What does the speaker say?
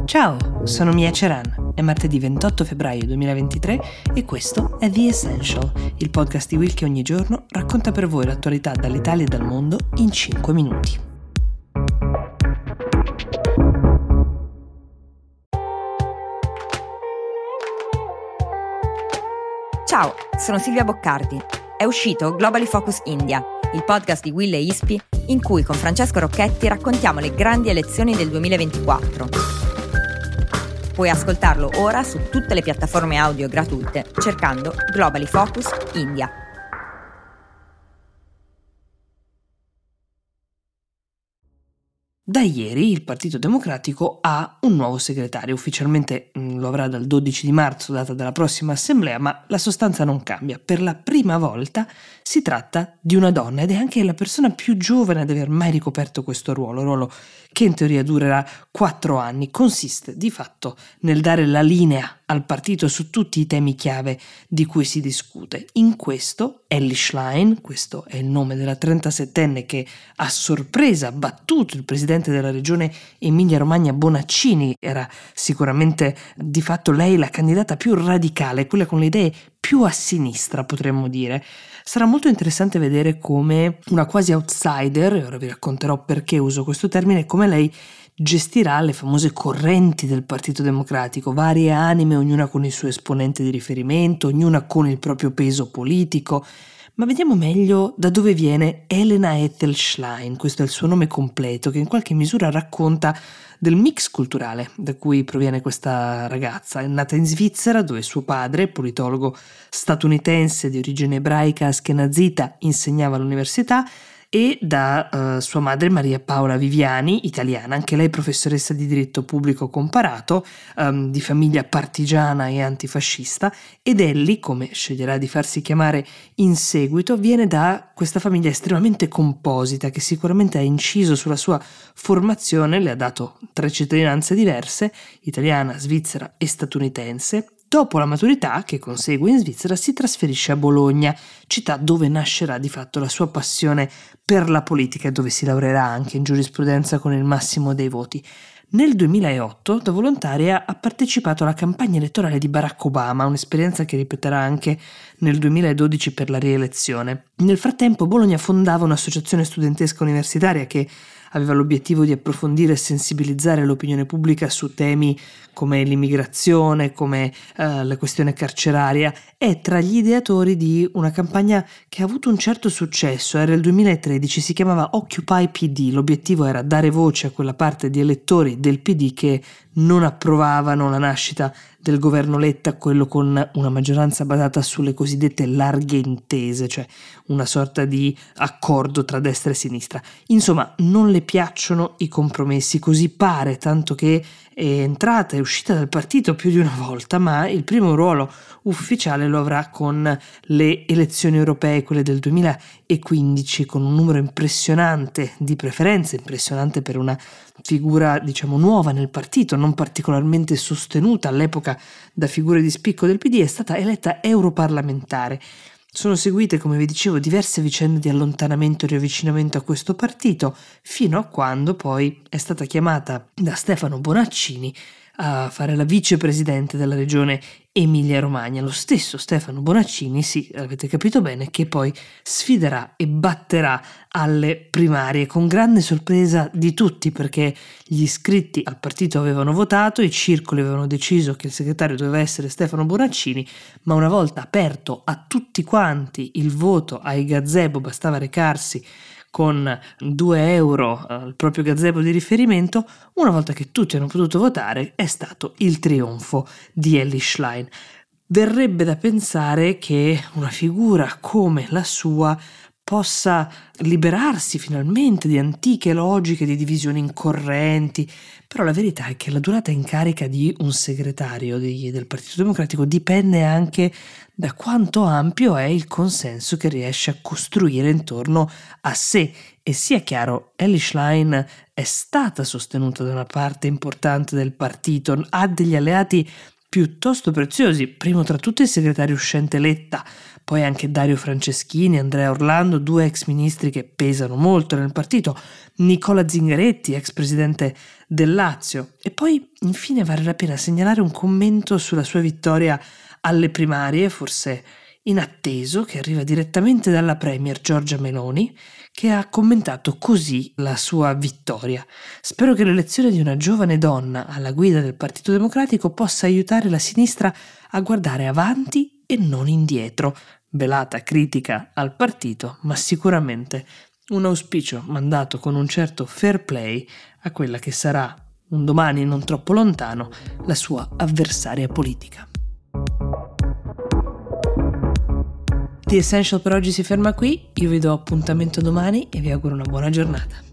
Ciao, sono Mia Ceran. È martedì 28 febbraio 2023 e questo è The Essential, il podcast di Will che ogni giorno racconta per voi l'attualità dall'Italia e dal mondo in 5 minuti. Ciao, sono Silvia Boccardi. È uscito Globally Focus India, il podcast di Will e Ispi in cui con Francesco Rocchetti raccontiamo le grandi elezioni del 2024. Puoi ascoltarlo ora su tutte le piattaforme audio gratuite cercando Globally Focus India. Da ieri il Partito Democratico ha un nuovo segretario, ufficialmente lo avrà dal 12 di marzo, data della prossima assemblea, ma la sostanza non cambia. Per la prima volta si tratta di una donna ed è anche la persona più giovane ad aver mai ricoperto questo ruolo che in teoria durerà 4 anni. Consiste di fatto nel dare la linea al partito su tutti i temi chiave di cui si discute. In questo Elly Schlein, questo è il nome della 37enne che a sorpresa ha battuto il presidente della regione Emilia-Romagna Bonaccini, era sicuramente di fatto lei la candidata più radicale, quella con le idee più a sinistra, potremmo dire. Sarà molto interessante vedere come una quasi outsider, e ora vi racconterò perché uso questo termine, come lei gestirà le famose correnti del Partito Democratico, varie anime, ognuna con il suo esponente di riferimento, ognuna con il proprio peso politico. Ma vediamo meglio da dove viene Elena Ethel Schlein, questo è il suo nome completo, che in qualche misura racconta del mix culturale da cui proviene questa ragazza. È nata in Svizzera, dove suo padre, politologo statunitense di origine ebraica askenazita, insegnava all'università, e da sua madre Maria Paola Viviani, italiana, anche lei professoressa di diritto pubblico comparato, di famiglia partigiana e antifascista, ed Elly, come sceglierà di farsi chiamare in seguito, viene da questa famiglia estremamente composita che sicuramente ha inciso sulla sua formazione, le ha dato 3 cittadinanze diverse, italiana, svizzera e statunitense. Dopo la maturità, che consegue in Svizzera, si trasferisce a Bologna, città dove nascerà di fatto la sua passione per la politica e dove si laureerà anche in giurisprudenza con il massimo dei voti. Nel 2008, da volontaria, ha partecipato alla campagna elettorale di Barack Obama, un'esperienza che ripeterà anche nel 2012 per la rielezione. Nel frattempo, Bologna fondava un'associazione studentesca universitaria che aveva l'obiettivo di approfondire e sensibilizzare l'opinione pubblica su temi come l'immigrazione, come la questione carceraria. È tra gli ideatori di una campagna che ha avuto un certo successo, era il 2013, si chiamava Occupy PD, l'obiettivo era dare voce a quella parte di elettori del PD che non approvavano la nascita del governo Letta, quello con una maggioranza basata sulle cosiddette larghe intese, cioè una sorta di accordo tra destra e sinistra. Insomma, non le piacciono i compromessi, così pare, tanto che è entrata e uscita dal partito più di una volta, ma il primo ruolo ufficiale lo avrà con le elezioni europee, quelle del 2015, con un numero impressionante di preferenze, impressionante per una figura diciamo nuova nel partito, non particolarmente sostenuta all'epoca da figure di spicco del PD, è stata eletta europarlamentare. Sono seguite, come vi dicevo, diverse vicende di allontanamento e riavvicinamento a questo partito, fino a quando poi è stata chiamata da Stefano Bonaccini a fare la vicepresidente della regione Emilia-Romagna. Lo stesso Stefano Bonaccini, sì, avete capito bene, che poi sfiderà e batterà alle primarie, con grande sorpresa di tutti, perché gli iscritti al partito avevano votato, i circoli avevano deciso che il segretario doveva essere Stefano Bonaccini, ma una volta aperto a tutti quanti il voto ai gazebo, bastava recarsi con 2 euro al proprio gazebo di riferimento, una volta che tutti hanno potuto votare, è stato il trionfo di Elly Schlein. Verrebbe da pensare che una figura come la sua possa liberarsi finalmente di antiche logiche di divisioni incorrenti, però la verità è che la durata in carica di un segretario del Partito Democratico dipende anche da quanto ampio è il consenso che riesce a costruire intorno a sé. E sia chiaro, Elly Schlein è stata sostenuta da una parte importante del partito, ha degli alleati piuttosto preziosi, primo tra tutti il segretario uscente Letta, poi anche Dario Franceschini, Andrea Orlando, 2 ex ministri che pesano molto nel partito, Nicola Zingaretti, ex presidente del Lazio, e poi infine vale la pena segnalare un commento sulla sua vittoria alle primarie, forse inatteso, che arriva direttamente dalla premier Giorgia Meloni, che ha commentato così la sua vittoria. Spero che l'elezione di una giovane donna alla guida del Partito Democratico possa aiutare la sinistra a guardare avanti e non indietro. Velata critica al partito, ma sicuramente un auspicio mandato con un certo fair play a quella che sarà, un domani non troppo lontano, la sua avversaria politica. The Essential per oggi si ferma qui, io vi do appuntamento domani e vi auguro una buona giornata.